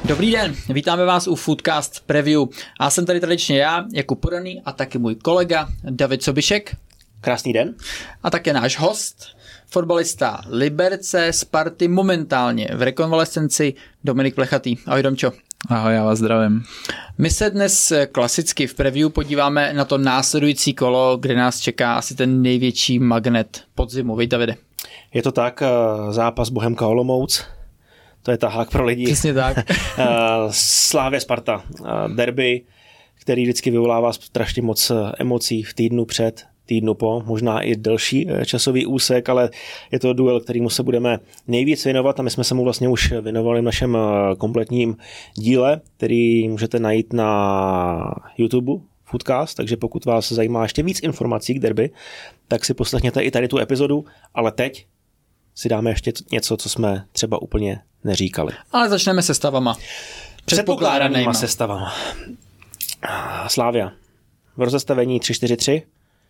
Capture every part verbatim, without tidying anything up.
Dobrý den, vítáme vás u Foodcast Preview. A jsem tady tradičně já, Jakub Podaný a taky můj kolega David Sobišek. Krásný den. A také náš host, fotbalista Liberce, Sparty, momentálně v rekonvalescenci, Dominik Plechatý. Ahoj Domčo. Ahoj, já vás zdravím. My se dnes klasicky v preview podíváme na to následující kolo, kde nás čeká asi ten největší magnet podzimu. Víš, Davide? Je to tak, zápas Bohemka Olomouc, to je tahák pro lidi. Přesně tak. Slávě Sparta, derby, který vždycky vyvolává strašně moc emocí v týdnu před, týdnu po, možná i delší časový úsek, ale je to duel, kterému se budeme nejvíc věnovat a my jsme se mu vlastně už věnovali v našem kompletním díle, který můžete najít na YouTube, Foodcast, takže pokud vás zajímá ještě víc informací k derby, tak si poslechněte i tady tu epizodu, ale teď si dáme ještě něco, co jsme třeba úplně neříkali. Ale začneme se stavama. Předpokládanýma sestavama. Slavia. V rozestavení tři čtyři tři.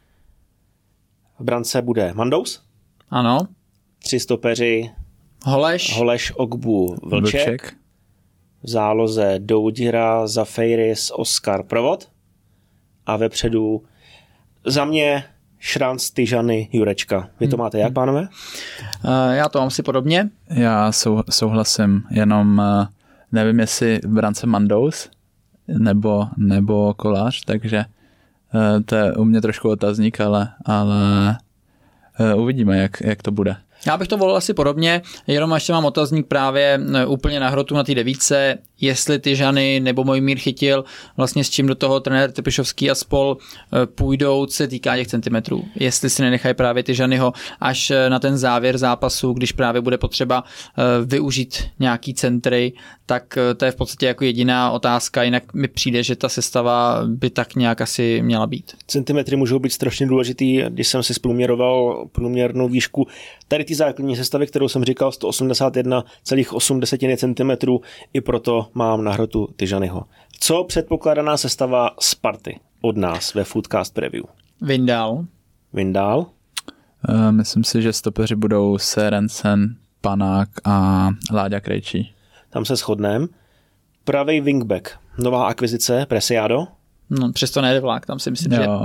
V brance bude Mandous. Ano. Tři stopeři. Holeš. Holeš, Ogbu, Vlček. Vlček. V záloze Doudira, Zafeiris, Oskar, Provod. A vepředu za mě Šranc, Tyžany, Jurečka. Vy to hmm. máte jak, pánové? Uh, já to mám si podobně. Já sou, souhlasím, jenom uh, nevím, jestli v brance Mandous nebo, nebo Kolář, takže uh, to je u mě trošku otazník, ale, ale uh, uvidíme, jak, jak to bude. Já bych to volil asi podobně, jenom ještě mám otazník právě úplně na hrotu na té devíce, jestli Tyžany nebo Mojmír Chytil, vlastně s čím do toho trenér Trpišovský a spol půjdou, co se týká těch centimetrů. Jestli si nenechají právě Tyžanyho až na ten závěr zápasu, když právě bude potřeba využít nějaký centry, tak to je v podstatě jako jediná otázka, jinak mi přijde, že ta sestava by tak nějak asi měla být. Centimetry můžou být strašně důležitý, když jsem si zprůměroval průměrnou výšku tady ty základní sestavy, kterou jsem říkal, sto osmdesát jedna celá osm centimetrů, i proto mám na hrotu Tyžanyho. Co předpokládaná sestava Sparty od nás ve Foodcast Preview? Vindal. Vindal. Uh, myslím si, že stopeři budou Serencen, Panák a Láďa Krejčí. Tam se shodneme. Pravý wingback. Nová akvizice, Preciado. No, přesto nejde vlak, tam si myslím, jo. že...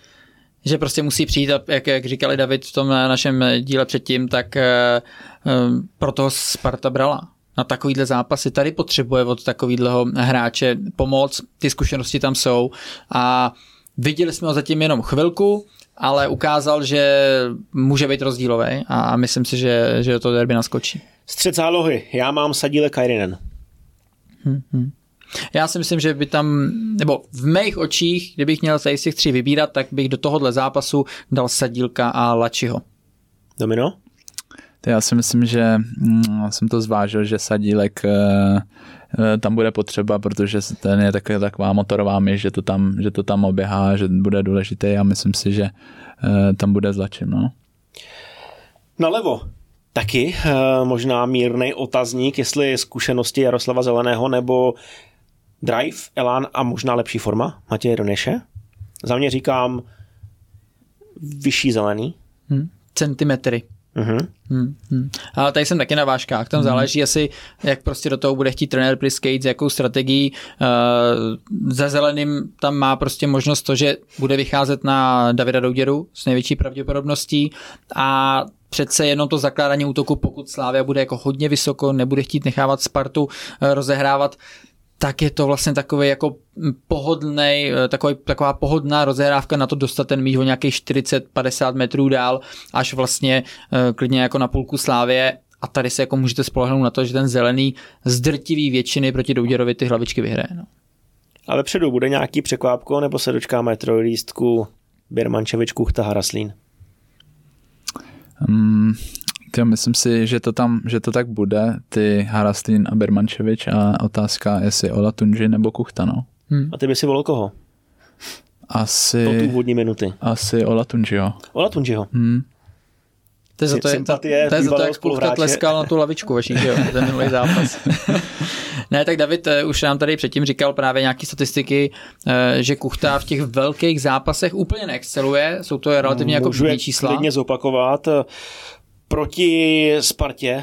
že prostě musí přijít, a jak, jak říkali David v tom našem díle předtím, tak um, pro toho Sparta brala na takovýhle zápasy. Tady potřebuje od takovýhleho hráče pomoc, ty zkušenosti tam jsou a viděli jsme ho zatím jenom chvilku, ale ukázal, že může být rozdílový a myslím si, že, že to derby naskočí. Střed zálohy, já mám Sadíle Kairinen. Hmm, hmm. Já si myslím, že by tam, nebo v mých očích, kdybych měl z těch tři vybírat, tak bych do tohohle zápasu dal Sadílka a Lačiho. Domino? Já si myslím, že hm, jsem to zvážil, že Sadílek e, e, tam bude potřeba, protože ten je tak, taková motorová myš, že to tam, že to tam oběhá, že bude důležitý a myslím si, že e, tam bude s Lačím. No. Nalevo. Taky e, možná mírnej otazník, jestli zkušenosti Jaroslava Zeleného nebo drive, elán a možná lepší forma Matěje Doněše. Za mě říkám vyšší zelený. Hmm. Centimetry. Uh-huh. Hmm, hmm. Ale tady jsem taky na vážkách. Tam hmm. záleží asi, jak prostě do toho bude chtít trenér Pliskejc, s jakou strategií. Uh, za zeleným tam má prostě možnost to, že bude vycházet na Davida Douděru s největší pravděpodobností a přece jenom to zakládání útoku, pokud Slavia bude jako hodně vysoko, nebude chtít nechávat Spartu uh, rozehrávat, tak je to vlastně takový jako pohodlnej, takový, taková pohodná rozehrávka na to dostat ten míč o nějakých čtyřicet padesát metrů dál, až vlastně uh, klidně jako na půlku Slávie a tady se jako můžete spolehnout na to, že ten zelený z drtivý většiny proti Douděrovi ty hlavičky vyhraje. No. Ale předu bude nějaký překvápko, nebo se dočkáme trojlístku Birmančevič, Kuchta, Haraslín? Um, já myslím si, že to tam, že to tak bude, ty Haraslín a Birmančevič a otázka, jestli Ola Tunži nebo Kuchta, no. Hmm. A ty by si volil koho? Asi... Po tu úvodní minuty. Asi Ola Tunžiho. Ola Tunžiho. Hmm. To je za to, je, to, to je za to, jak Kuchta tleskal na tu lavičku vaší, že jo, ten minulý zápas. Ne, tak David už nám tady předtím říkal právě nějaké statistiky, že Kuchta v těch velkých zápasech úplně neexceluje, jsou to relativně jako bídný čísla. Můžu klidně zopakovat. Proti Spartě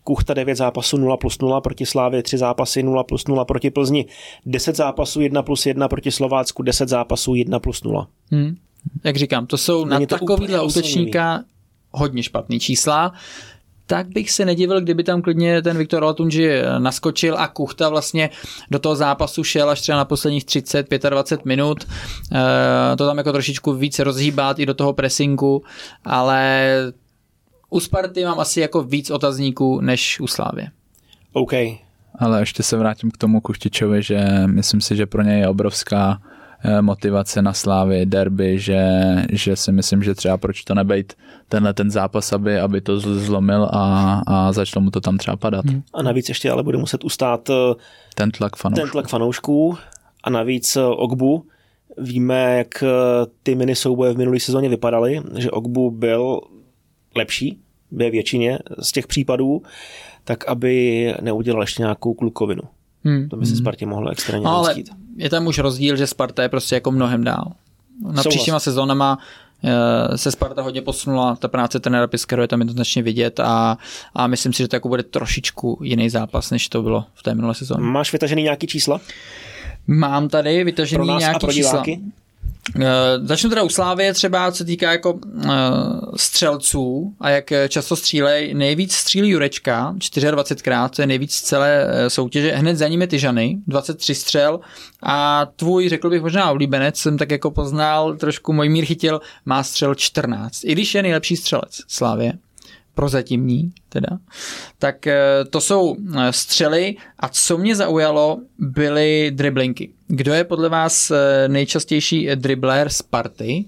Kuchta devět zápasů nula plus nula, proti Slávě tři zápasy nula plus nula, proti Plzni deset zápasů jedna plus jedna, proti Slovácku deset zápasů jedna plus nula. Hmm. Jak říkám, to jsou Není na to takovýhle útočníka hodně špatný čísla. Tak bych se nedivil, kdyby tam klidně ten Viktor Olatunji naskočil a Kuchta vlastně do toho zápasu šel až třeba na posledních třicet dvacet pět minut. E, to tam jako trošičku víc rozhýbat i do toho pressingu, ale u Sparty mám asi jako víc otazníků než u Slávě. OK. Ale ještě se vrátím k tomu Kuchtičovi, že myslím si, že pro něj je obrovská motivace na Slávy, derby, že, že si myslím, že třeba proč to nebejt tenhle ten zápas, aby, aby to zlomil a, a začalo mu to tam třeba padat. Hmm. A navíc ještě ale bude muset ustát ten tlak fanoušků. Ten tlak fanoušků a navíc Ogbu. Víme, jak ty mini souboje v minulé sezóně vypadaly, že Ogbu byl lepší ve většině z těch případů, tak aby neudělal ještě nějakou klukovinu. Hmm. To by se Spartě mohlo extrémně no, ale dostít. Je tam už rozdíl, že Sparta je prostě jako mnohem dál. Na příštíma sezónama se Sparta hodně posunula, ta práce trenéra Piskeru je tam jednoznačně vidět a, a myslím si, že to jako bude trošičku jiný zápas, než to bylo v té minulé sezóně. Máš vytažený nějaký čísla? Mám tady vytažený pro nás nějaký a pro čísla. diváky? Uh, začnu teda u Slávie třeba, co týká jako uh, střelců a jak často střílej. Nejvíc střílí Jurečka, dvacetčtyřikrát, to je nejvíc z celé soutěže. Hned za ním je Tyžany, dvacet tři střel a tvůj, řekl bych možná oblíbenec, jsem tak jako poznal, trošku Mojmír Chytil, má střel čtrnáct. I když je nejlepší střelec Slávie, prozatímní teda, tak to jsou střely a co mě zaujalo, byly driblinky. Kdo je podle vás nejčastější dribler Sparty?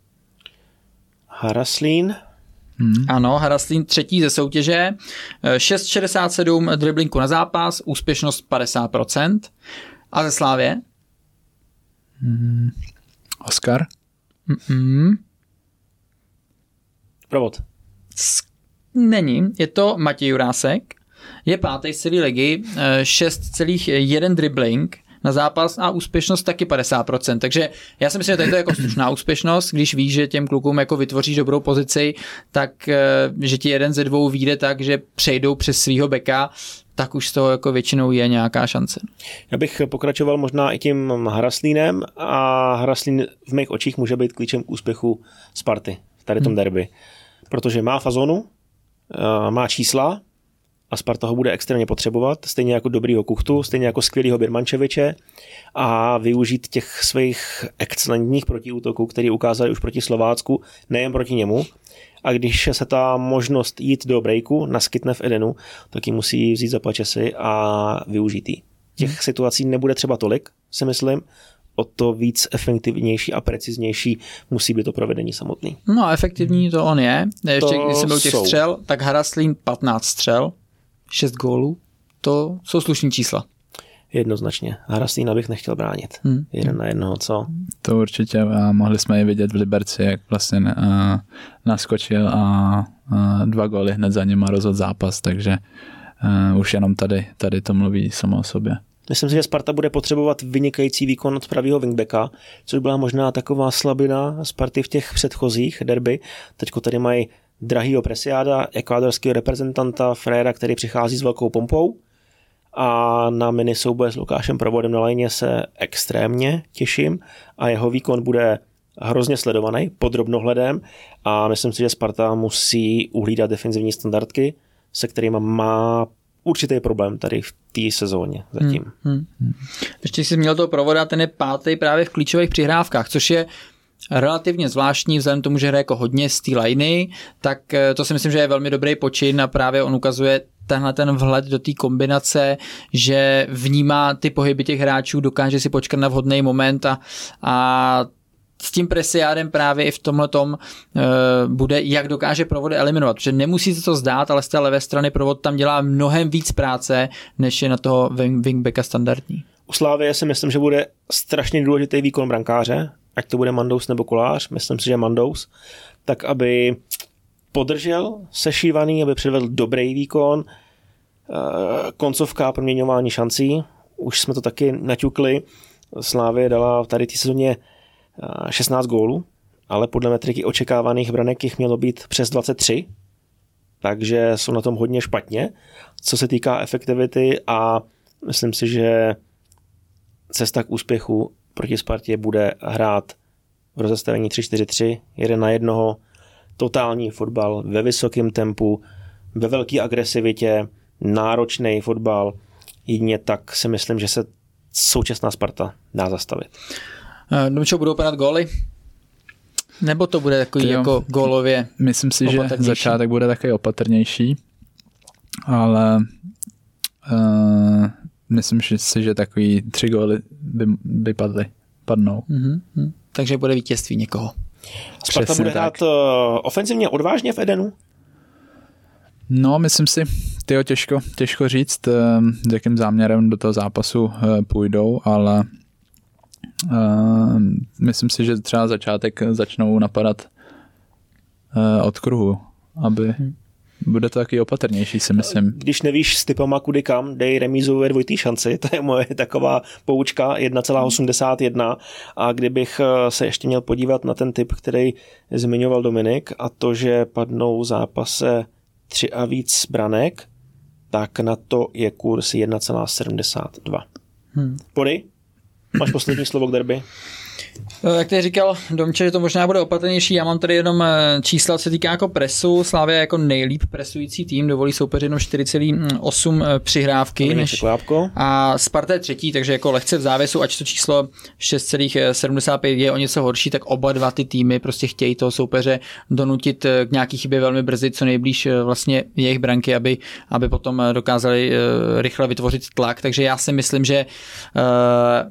Haraslín. Hmm. Ano, Haraslín třetí ze soutěže, šest šedesát sedm driblinku na zápas, úspěšnost padesát procent. A ze Slávě? Hmm. Oskar? Mm-mm. Provod. Není, je to Matěj Jurásek, je pátý z celé ligy, šest celá jedna dribbling na zápas a úspěšnost taky padesát procent, takže já si myslím, že tady to je jako slušná úspěšnost, když víš, že těm klukům jako vytvoříš dobrou pozici, tak že ti jeden ze dvou vyjde tak, že přejdou přes svýho beka, tak už z toho jako většinou je nějaká šance. Já bych pokračoval možná i tím Haraslínem a Haraslín v mých očích může být klíčem k úspěchu Sparty v tady tom hmm. derby, protože má fazonu, má čísla a Sparta ho bude extrémně potřebovat, stejně jako dobrýho Kuchtu, stejně jako skvělýho Birmančeviče a využít těch svých excelentních protiútoků, který ukázali už proti Slovácku, nejen proti němu. A když se ta možnost jít do breaku naskytne v Edenu, tak ji musí vzít za pačesy a využít ji. Těch hmm. situací nebude třeba tolik, si myslím, o to víc efektivnější a preciznější musí být to provedení samotný. No a efektivní to on je. Ještě to když jsem byl těch jsou. střel, tak Haraslín patnáct střel, šest gólů. To jsou slušní čísla. Jednoznačně. Haraslína bych nechtěl bránit. Hmm. Jeden na jednoho, co? To určitě a mohli jsme i vidět v Liberci, jak vlastně uh, naskočil a uh, dva góly hned za ním a rozhodl zápas, takže uh, už jenom tady, tady to mluví samo o sobě. Myslím si, že Sparta bude potřebovat vynikající výkon od pravého wingbacka, což byla možná taková slabina Sparty v těch předchozích derby. Teďko tady mají drahýho Presiáda, ekvádorského reprezentanta Frera, který přichází s velkou pompou a na mini souboje s Lukášem Provodem na lajně se extrémně těším a jeho výkon bude hrozně sledovaný pod drobnohledem a myslím si, že Sparta musí uhlídat defenzivní standardky, se kterými má určitý problém tady v té sezóně zatím. Hmm, hmm. Ještě jsi měl toho Provoda, ten je pátý právě v klíčových přihrávkách, což je relativně zvláštní, vzhledem tomu, že hraje jako hodně z té lajny, tak to si myslím, že je velmi dobrý počin a právě on ukazuje tenhle ten vhled do té kombinace, že vnímá ty pohyby těch hráčů, dokáže si počkat na vhodný moment a, a s tím Presiádem právě i v tomhletom uh, bude, jak dokáže Provody eliminovat, protože nemusí se to zdát, ale z té levé strany Provod tam dělá mnohem víc práce, než je na toho wingbacka standardní. U Slávie si myslím, že bude strašně důležitý výkon brankáře, ať to bude Mandous nebo Kolář, myslím si, že Mandous, tak aby podržel sešívaný, aby předvedl dobrý výkon, koncovka proměňování šancí, už jsme to taky naťukli, Slávie dala tady té sezóně šestnáct gólů, ale podle metriky očekávaných branek jich mělo být přes dvacet tři, takže jsou na tom hodně špatně, co se týká efektivity a myslím si, že cesta k úspěchu proti Spartě bude hrát v rozestavení tři čtyři tři, jeden na jednoho, totální fotbal ve vysokém tempu, ve velké agresivitě, náročný fotbal. Jedině tak si myslím, že se současná Sparta dá zastavit. Domčo, budou padat góly? Nebo to bude takový Tyjo, jako gólově? Myslím si, že začátek bude takový opatrnější, ale uh, myslím si, že takový tři góly by, by padly, padnou. Mm-hmm. Takže bude vítězství někoho. Sparta Přesně bude hrát uh, ofenzivně odvážně v Edenu? No, myslím si, tyjo, těžko, těžko říct, uh, s jakým záměrem do toho zápasu uh, půjdou, ale Uh, myslím si, že třeba začátek začnou napadat uh, od kruhu, aby hmm. bude to taky opatrnější, si myslím. Když nevíš s typama kudy kam, dej remízu ve dvojitý šanci, to je moje taková poučka jedna celá osmdesát jedna a kdybych se ještě měl podívat na ten typ, který zmiňoval Dominik a to, že padnou v zápase tři a víc branek, tak na to je kurz jedna celá sedmdesát dva. Hmm. Pody? Máš poslední slovo k derby? Jak tady říkal Domče, že to možná bude opatrnější, já mám tady jenom čísla, co se týká jako presu. Slavia jako nejlíp presující tým, dovolí soupeři jenom čtyři celá osm přihrávky. Než... A Sparta je třetí, takže jako lehce v závěsu, ač to číslo šest celá sedmdesát pět je o něco horší, tak oba dva ty týmy prostě chtějí toho soupeře donutit k nějaký chybě velmi brzy, co nejblíž vlastně jejich branky, aby, aby potom dokázali rychle vytvořit tlak. Takže já si myslím, že uh,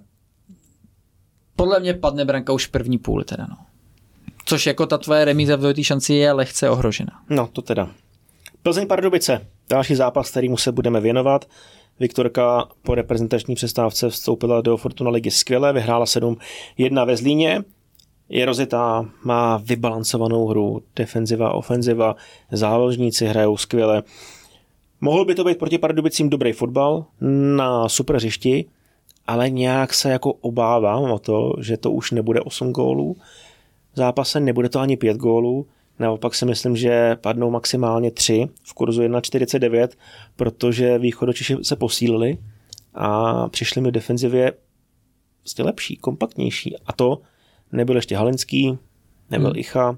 podle mě padne branka už v první půli teda, no. Což jako ta tvoje remíza v dvojitý šanci je lehce ohrožena. No, to teda. Plzeň Pardubice, další zápas, kterýmu se budeme věnovat. Viktorka po reprezentační přestávce vstoupila do Fortuna ligy skvěle, vyhrála sedm jedna ve Zlíně. Je rozjetá, má vybalancovanou hru, defenziva, ofenziva, záložníci hrajou skvěle. Mohl by to být proti Pardubicím dobrý fotbal na super hřišti, ale nějak se jako obávám o to, že to už nebude osm gólů v zápase, nebude to ani pět gólů, naopak si myslím, že padnou maximálně tři v kurzu jedna čtyřicet devět, protože Východočeši se posílili a přišli mi v defenzivě vlastně lepší, kompaktnější a to nebyl ještě Halinský, nebyl hmm. Icha.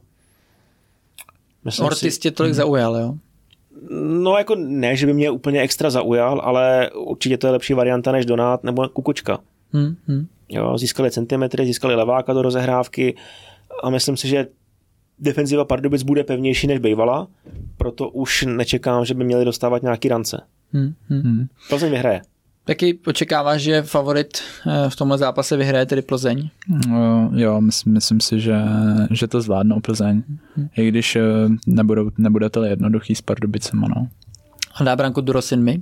Myslím Ortiz si... tě tolik hmm. zaujal, jo? No jako ne, že by mě úplně extra zaujal, ale určitě to je lepší varianta než Donát nebo Kukučka. Hmm, hmm. Jo, získali centimetry, získali leváka do rozehrávky a myslím si, že defenziva Pardubic bude pevnější než bývala, proto už nečekám, že by měli dostávat nějaký rance. Hmm, hmm. Plzeň vyhraje. Taky očekáváš, že favorit v tomhle zápase vyhraje tedy Plzeň? No, jo, myslím, myslím si, že, že to zvládnou Plzeň. Hmm. I když nebudou, nebude to jednoduchý s Pardubicema, no. A dá branku Durosinmi?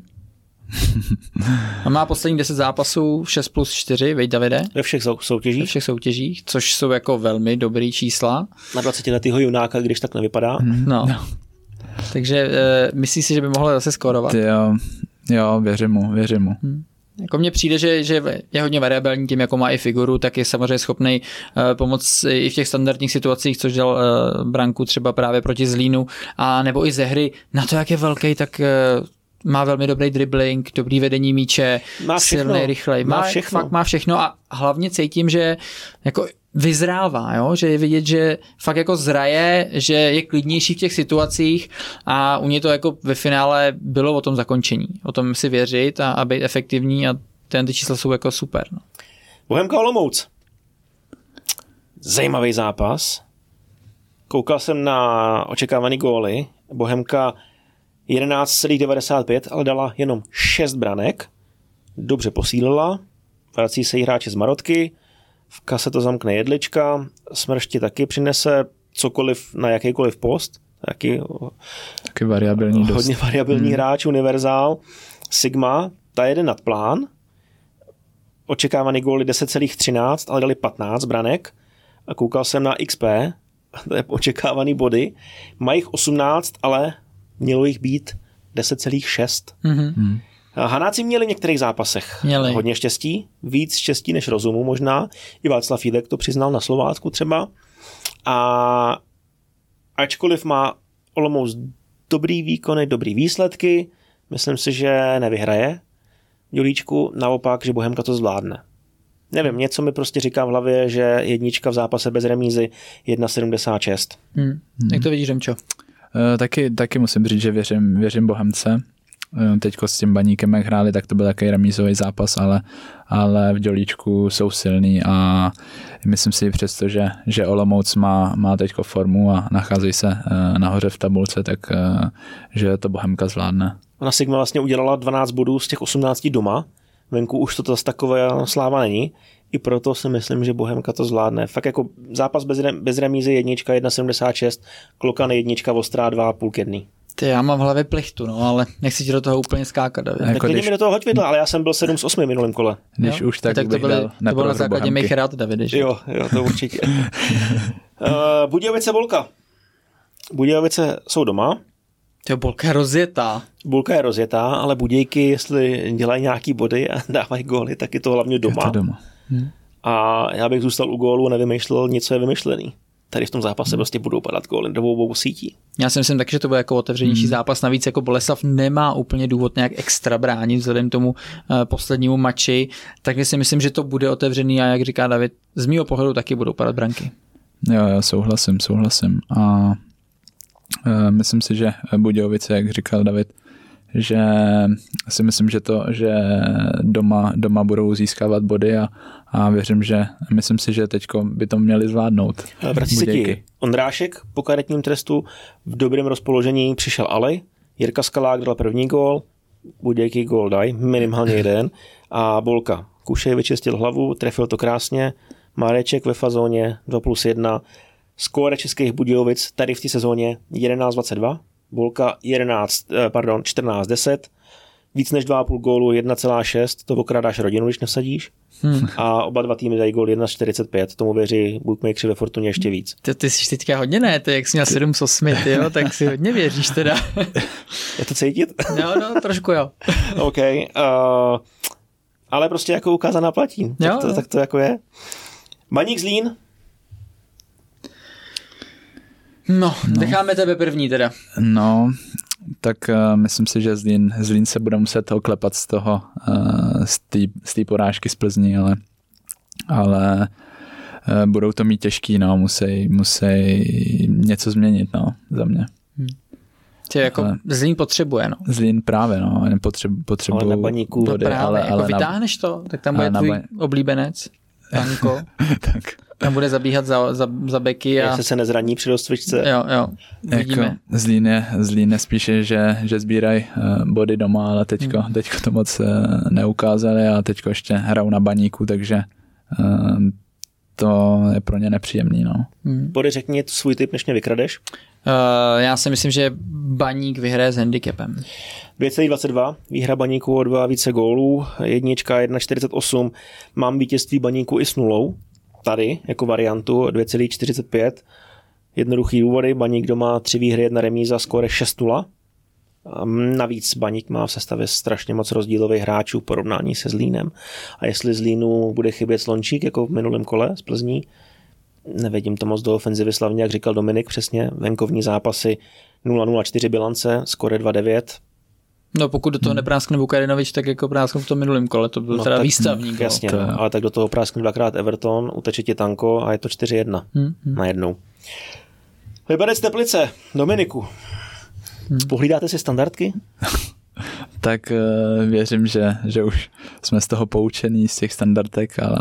A má poslední deset zápasů šest plus čtyři, veď Davide? Ve všech soutěžích. Ve všech soutěžích, což jsou jako velmi dobrý čísla. Na dvacetiletýho junáka, když tak nevypadá. No. no. Takže uh, myslíš si, že by mohl zase skórovat? Jo, jo, věřím mu, věřím mu. Hmm. Jako mně přijde, že, že je hodně variabilní tím, jako má i figuru, tak je samozřejmě schopný uh, pomoct i v těch standardních situacích, což dělal uh, branku třeba právě proti Zlínu, a nebo i ze hry. Na to, jak je velký, tak uh, má velmi dobrý dribbling, dobrý vedení míče, má silný, rychlej. Má, má všechno. Fakt má všechno a hlavně cítím, že jako vyzrává, jo? Že je vidět, že fakt jako zraje, že je klidnější v těch situacích a u něj to jako ve finále bylo o tom zakončení. O tom si věřit a, a být efektivní a ten ty čísla jsou jako super. No. Bohemka Olomouc. Zajímavý zápas. Koukal jsem na očekávaný góly. Bohemka jedenáct celá devadesát pět, ale dala jenom šest branek. Dobře posílila. Vrací se jí hráči z Marotky. V kase to zamkne Jedlička. Smršti taky přinese cokoliv na jakýkoliv post. Taky, taky variabilní hodně dost. variabilní hmm. hráč, univerzál. Sigma, ta jede nad plán. Očekávaný góly deset celá třináct, ale dali patnáct branek. A koukal jsem na X P, to je očekávaný body. Mají jich osmnáct, ale mělo jich být deset celá šest. Mm-hmm. Hanáci měli v některých zápasech měli. hodně štěstí, víc štěstí než rozumu možná. I Václav Jídek to přiznal na Slovácku třeba. A ačkoliv má Olomouc dobrý výkony, dobrý výsledky. Myslím si, že nevyhraje Dělíčku, naopak, že Bohemka to zvládne. Nevím, něco mi prostě říká v hlavě, že jednička v zápase bez remízy jedna sedmdesát šest. Hmm. Hmm. Jak to vidíš, Remčo? Uh, taky, taky musím říct, že věřím, věřím Bohemce. Uh, teďko s tím Baníkem, jak hráli, tak to byl takový remízový zápas, ale, ale v Dělíčku jsou silný a myslím si přesto, že, že Olomouc má, má teďko formu a nachází se uh, nahoře v tabulce, tak uh, že to Bohemka zvládne. Ona Sigma vlastně udělala dvanáct bodů z těch osmnácti doma. Venku už to zase taková sláva není. I proto si myslím, že Bohemka to zvládne. Fakt jako zápas bez, bez remízy jednička jedna sedmdesát šest, Klokan jednička, Ostrá dva a půl k jedný. Ty, já mám v hlavě plichtu, no, ale nechci ti do toho úplně skákat, David. Jako tak když... mi do toho hoď vidla, ale já jsem byl sedm z osmi minulým kole. Když jo? Už tak, tak to, byly, to bylo na základě mých rád, Davide, že? Jo, jo, to určitě. uh, Budějovice, Bolka. Budějovice jsou doma. To Bolka je rozjetá. Bolka je rozjetá, ale Budějky, jestli dělají nějaký body a dávají góly, tak je to hlavně doma. Je to doma. Hmm. A já bych zůstal u gólu, nevymýšlel, něco je vymyšlený. Tady v tom zápase hmm. prostě budou padat góly do obou sítí. Já si myslím taky, že to bude jako otevřenější hmm. zápas. Navíc jako Boleslav nemá úplně důvod nějak extra bránit vzhledem tomu uh, poslednímu mači. Takže si myslím, že to bude otevřený a jak říká David, z mýho pohledu taky budou padat branky. Jo, já souhlasím, souhlasím. A uh, myslím si, že Budějovice, jak říkal David, že si myslím, že to, že doma, doma budou získávat body a, a věřím, že myslím si, že teďko by to měli zvládnout. Vrací se ti Ondrášek po karetním trestu, v dobrém rozpoložení přišel Alej, Jirka Skalák dal první gól, Budějky gól dají, minimálně jeden a Bolka. Kušej vyčistil hlavu, trefil to krásně, Mareček ve fazóně dva plus jedna, skóre českých Budějovic tady v té sezóně jedenáct dvacet dva, Bolka jedenáct, pardon, čtrnáct deset, víc než dva a půl gólu, jedna celá šest, to okrádáš rodinu, když nesadíš. Hmm. A oba dva týmy dají gól jedna čtyřicet pět, tomu věří bookmakeri ve Fortuně ještě víc. Ty, ty jsi teďka hodně ne, ty jak jsi měl sedm z osmi, ty jo, tak si hodně věříš teda. Je to cítit? No, no, trošku jo. OK, uh, ale prostě jako ukázaná platí, jo, tak, to, jo. tak to jako je. Baník Zlín? No, no, necháme tebe první teda. No, tak uh, myslím si, že Zlín, Zlín se bude muset oklepat z toho, uh, z té porážky z Plzní, ale, ale uh, budou to mít těžký, no, musí, musí něco změnit, no, za mě. Hmm. Tě jako ale Zlín potřebuje, no. Zlín právě, no, potřebují potřebu ale na Baníku vody, no právě, ale, jako ale vytáhneš na, to, tak tam bude tvůj ba... oblíbenec, Tanko. Tak. Tam bude zabíhat za, za, za beky. A... Jestli se nezraní při rozcvičce. Jo, jo. Vidíme. Jako Zlín je, Zlín je spíše, že, že sbírají uh, body doma, ale teďko, hmm. teďko to moc uh, neukázali a teďko ještě hrajou na Baníku, takže uh, to je pro ně nepříjemný. No. Hmm. Body, řekni svůj tip, než mě vykradeš. Uh, já si myslím, že Baník vyhraje s handicapem. dvě celá dvacet dva, výhra Baníku o dva více gólů, jednička jedna čtyřicet osm, mám vítězství Baníku i s nulou. Tady jako variantu dvě celá čtyřicet pět. Jednoduchý důvody, Baník doma tři výhry, jedna remíza, skóre šest nula. Navíc Baník má v sestavě strašně moc rozdílových hráčů v porovnání se Zlínem. A jestli Zlínu bude chybět Slončík jako v minulém kole z Plzní, nevidím to moc do ofenzivy slavně, jak říkal Dominik přesně, venkovní zápasy nula nula čtyři bilance, skóre dva devět. No pokud do toho hmm. nepráskne Vukadinovič, tak jako práskne v tom minulém kole, to byl no, teda tak, výstavník. Jasně, to... no, ale tak do toho práskne dvakrát Everton, uteče ti Tanko a je to čtyři jedna hmm. na jednou. Liberec Teplice, Dominiku, hmm. pohlídáte si standardky? Tak uh, věřím, že, že už jsme z toho poučení z těch standardek a,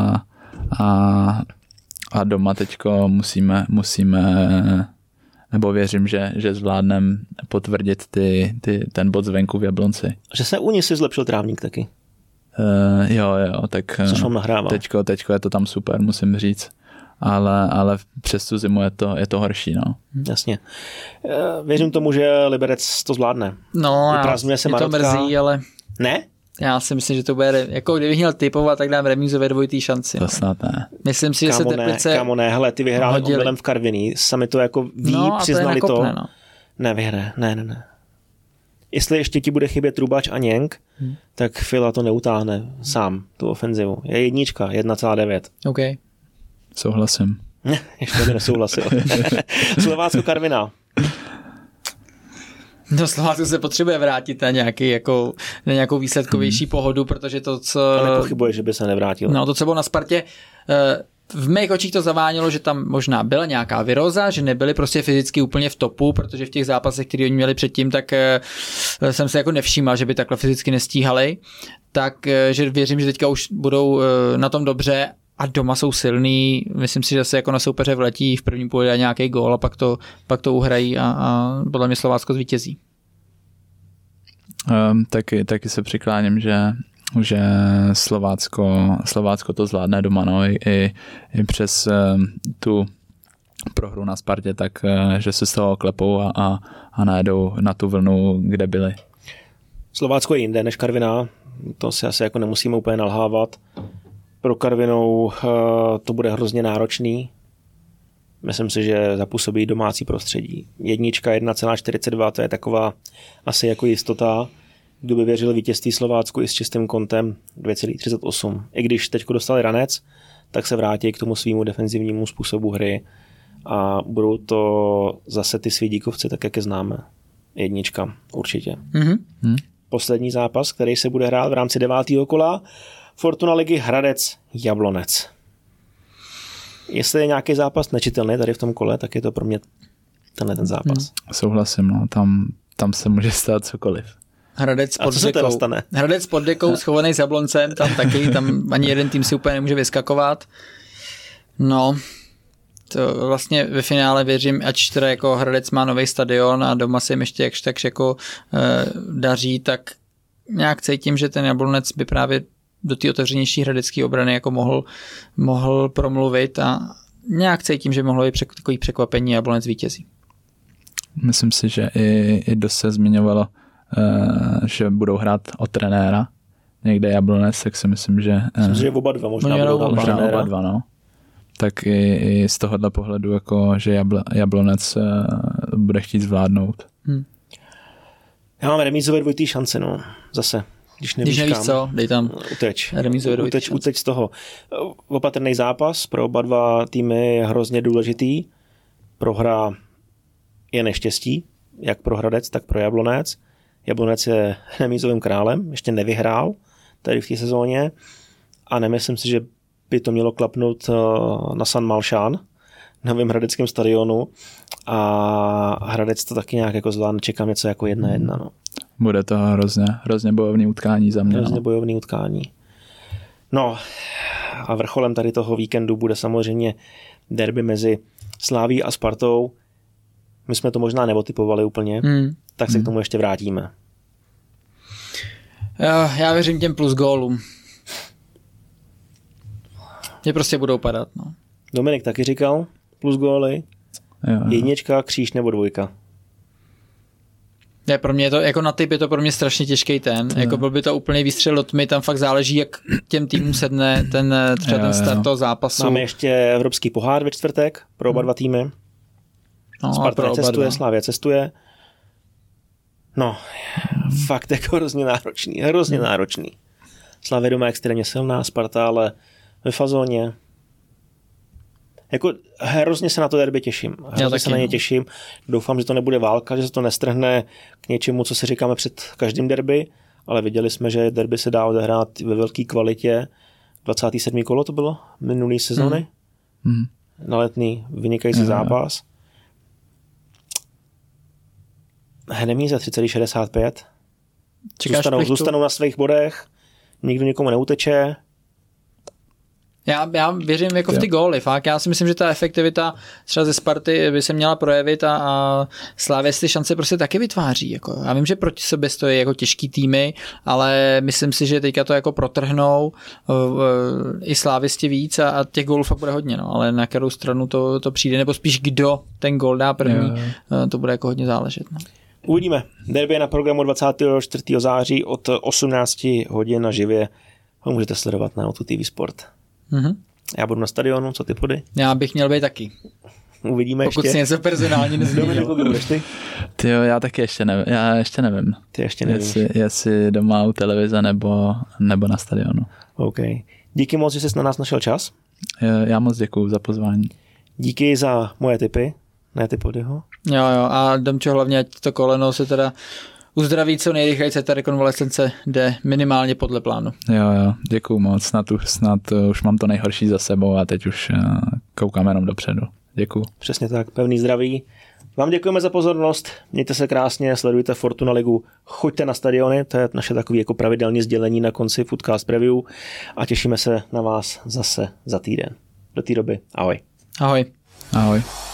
a, a doma teďko musíme, musíme nebo věřím, že, že zvládnem potvrdit ty, ty, ten bod zvenku v Jablonci. Že se u ní si zlepšil trávník taky. Uh, jo, jo, tak teďko, teďko je to tam super, musím říct. Ale, ale přes tu zimu je to, je to horší, no. Jasně. Věřím tomu, že Liberec to zvládne. No, se mě to mrzí, ale... Ne? Já si myslím, že to bude, jako kdybych měl typovat, tak dám remízové dvojitý šanci. To snad ne. Myslím si, že kámo se Teplice... Ne, kámo ne, hele, ty vyhráli omylem v Karviní, sami to jako ví, no, přiznali to. Nekopne, no. Ne, vyhraje, ne, ne, ne. Jestli ještě ti bude chybět Trubač a Něnk, hmm. tak Fila to neutáhne sám, tu ofenzivu. Je jednička, jedna celá devět. OK. Souhlasím. Ještě by nesouhlasil. Slovácko Karviná. No Slovácko se potřebuje vrátit na, nějaký, jako, na nějakou výsledkovější hmm. pohodu, protože to, co... A nepochybuješ, že by se nevrátil. No to, co bylo na Spartě, v mých očích to zavánilo, že tam možná byla nějaká viróza, že nebyli prostě fyzicky úplně v topu, protože v těch zápasech, které oni měli předtím, tak jsem se jako nevšímal, že by takhle fyzicky nestíhali. Takže věřím, že teďka už budou na tom dobře a doma jsou silný. Myslím si, že se jako na soupeře vletí v prvním půli dá nějaký gól a pak to, pak to uhrají a, a podle mě Slovácko zvítězí. Um, taky, taky se přikláním, že že Slovácko, Slovácko to zvládne doma, no, i, i přes um, tu prohru na Spartě, tak uh, že se z toho klepou a, a, a najedou na tu vlnu, kde byli. Slovácko je jinde než Karviná, to si asi jako nemusíme úplně nalhávat. Pro Karvinou uh, to bude hrozně náročný. Myslím si, že zapůsobí domácí prostředí. Jednička jedna celá čtyřicet dva, to je taková asi jako jistota. Kdo by věřil vítězství Slovácku i s čistým kontem dvě celá třicet osm. I když teď dostali ranec, tak se vrátí k tomu svýmu defenzivnímu způsobu hry a budou to zase ty svídíkovci, tak jak je známe. Jednička, určitě. Mm-hmm. Poslední zápas, který se bude hrát v rámci devátého kola, Fortuna ligy Hradec Jablonec. Jestli je nějaký zápas nečitelný tady v tom kole, tak je to pro mě tenhle ten zápas. Mm. Souhlasím, no. tam, tam se může stát cokoliv. Hradec pod dekou. Hradec pod dekou, schovaný s Jabloncem, tam taky, tam ani jeden tým si úplně nemůže vyskakovat. No, to vlastně ve finále věřím, ač teda jako Hradec má nový stadion a doma se jim ještě jakž tak jako e, daří, tak nějak cítím, že ten Jablonec by právě do té otevřenější hradecké obrany jako mohl, mohl promluvit a nějak cítím, že mohlo být takový překvapení Jablonec vítězí. Myslím si, že i, i dost se zmiňovalo, že budou hrát o trenéra někde Jablonec, tak si myslím, že... Myslím, že oba dva možná budou budou možná oba dva, no. Tak i, i z tohohle pohledu, jako, že Jabl, Jablonec bude chtít zvládnout. Hmm. Já mám remízové dvojitý šance, no. Zase. Když nevíš, Když nevíš co, dej tam uteč. Uteč, uteč z toho. Opatrný zápas pro oba dva týmy je hrozně důležitý. Prohra je neštěstí, jak pro Hradec, tak pro Jablonec. Jablonec je remízovým králem, ještě nevyhrál tady v té sezóně a nemyslím si, že by to mělo klapnout na San Malšán, novým hradeckém stadionu a Hradec to taky nějak jako zvládne, čekám něco jako jedna jedna. No. Bude to hrozně, hrozně bojovný utkání za mě. Hrozně no. bojovný utkání. No a vrcholem tady toho víkendu bude samozřejmě derby mezi Slaví a Spartou. My jsme to možná neotypovali úplně, hmm. tak se hmm. k tomu ještě vrátíme. Já věřím těm plus gólům. Že prostě budou padat. No. Dominik taky říkal plus góly. Jo. Jednička, kříž nebo dvojka. Je, pro mě je to, jako na typ je to pro mě strašně těžký ten. Jo. Jako byl by to úplný výstřel do tmy, tam fakt záleží, jak těm týmům sedne ten, třeba jo, ten start jo. toho zápasu. Máme ještě Evropský pohár ve čtvrtek pro oba dva týmy. No, Sparta cestuje, Slavia cestuje. No, hmm. fakt jako hrozně náročný, hrozně hmm. náročný. Slavia doma je extrémně silná, Sparta ale ve fazóně. Jako hrozně se na to derby těším. Hrozně se na ně těším. Doufám, že to nebude válka, že se to nestrhne k něčemu, co si říkáme před každým derby, ale viděli jsme, že derby se dá odehrát ve velké kvalitě. dvacáté sedmé kolo to bylo minulý sezóny. Hmm. Na letný vynikající hmm. zápas. Remíza tři celá šedesát pět. Zůstanou, zůstanou na svých bodech, nikdo nikomu neuteče. Já, já věřím jako v ty góly, fakt. Já si myslím, že ta efektivita třeba ze Sparty by se měla projevit a, a Slavia si ty šance prostě taky vytváří. Jako. Já vím, že proti sobě stojí jako těžký týmy, ale myslím si, že teďka to jako protrhnou uh, uh, i Slavisti víc a, a těch gólů fakt bude hodně, no. Ale na kterou stranu to, to přijde, nebo spíš kdo ten gól dá první, uh, to bude jako hodně záležet. No. Uvidíme. Derby na programu dvacátého čtvrtého září od osmnáct hodin na živě. Ho můžete sledovat na O dva T V Sport. Mm-hmm. Já budu na stadionu, co ty půjdy? Já bych měl být taky. Uvidíme Pokud ještě. Pokud si něco personálně nezměnil. Ty jo, já taky ještě nevím. Já ještě nevím. Ty ještě nevíš. Jestli, jestli doma u televize nebo, nebo na stadionu. OK. Díky moc, že jsi na nás našel čas. Já moc děkuju za pozvání. Díky za moje tipy ne ty Podyho. Jo, jo, a Domčo hlavně, ať to koleno se teda uzdraví co nejrychleji, se ta rekonvalescence jde minimálně podle plánu. Jo, jo, děkuju moc, snad, snad už mám to nejhorší za sebou a teď už koukám jenom dopředu. Děkuju. Přesně tak, pevný zdraví. Vám děkujeme za pozornost, mějte se krásně, sledujte Fortuna ligu, choďte na stadiony, to je naše takové jako pravidelné sdělení na konci Footcast Preview a těšíme se na vás zase za týden. Do té doby, ahoj. Ahoj. Ahoj.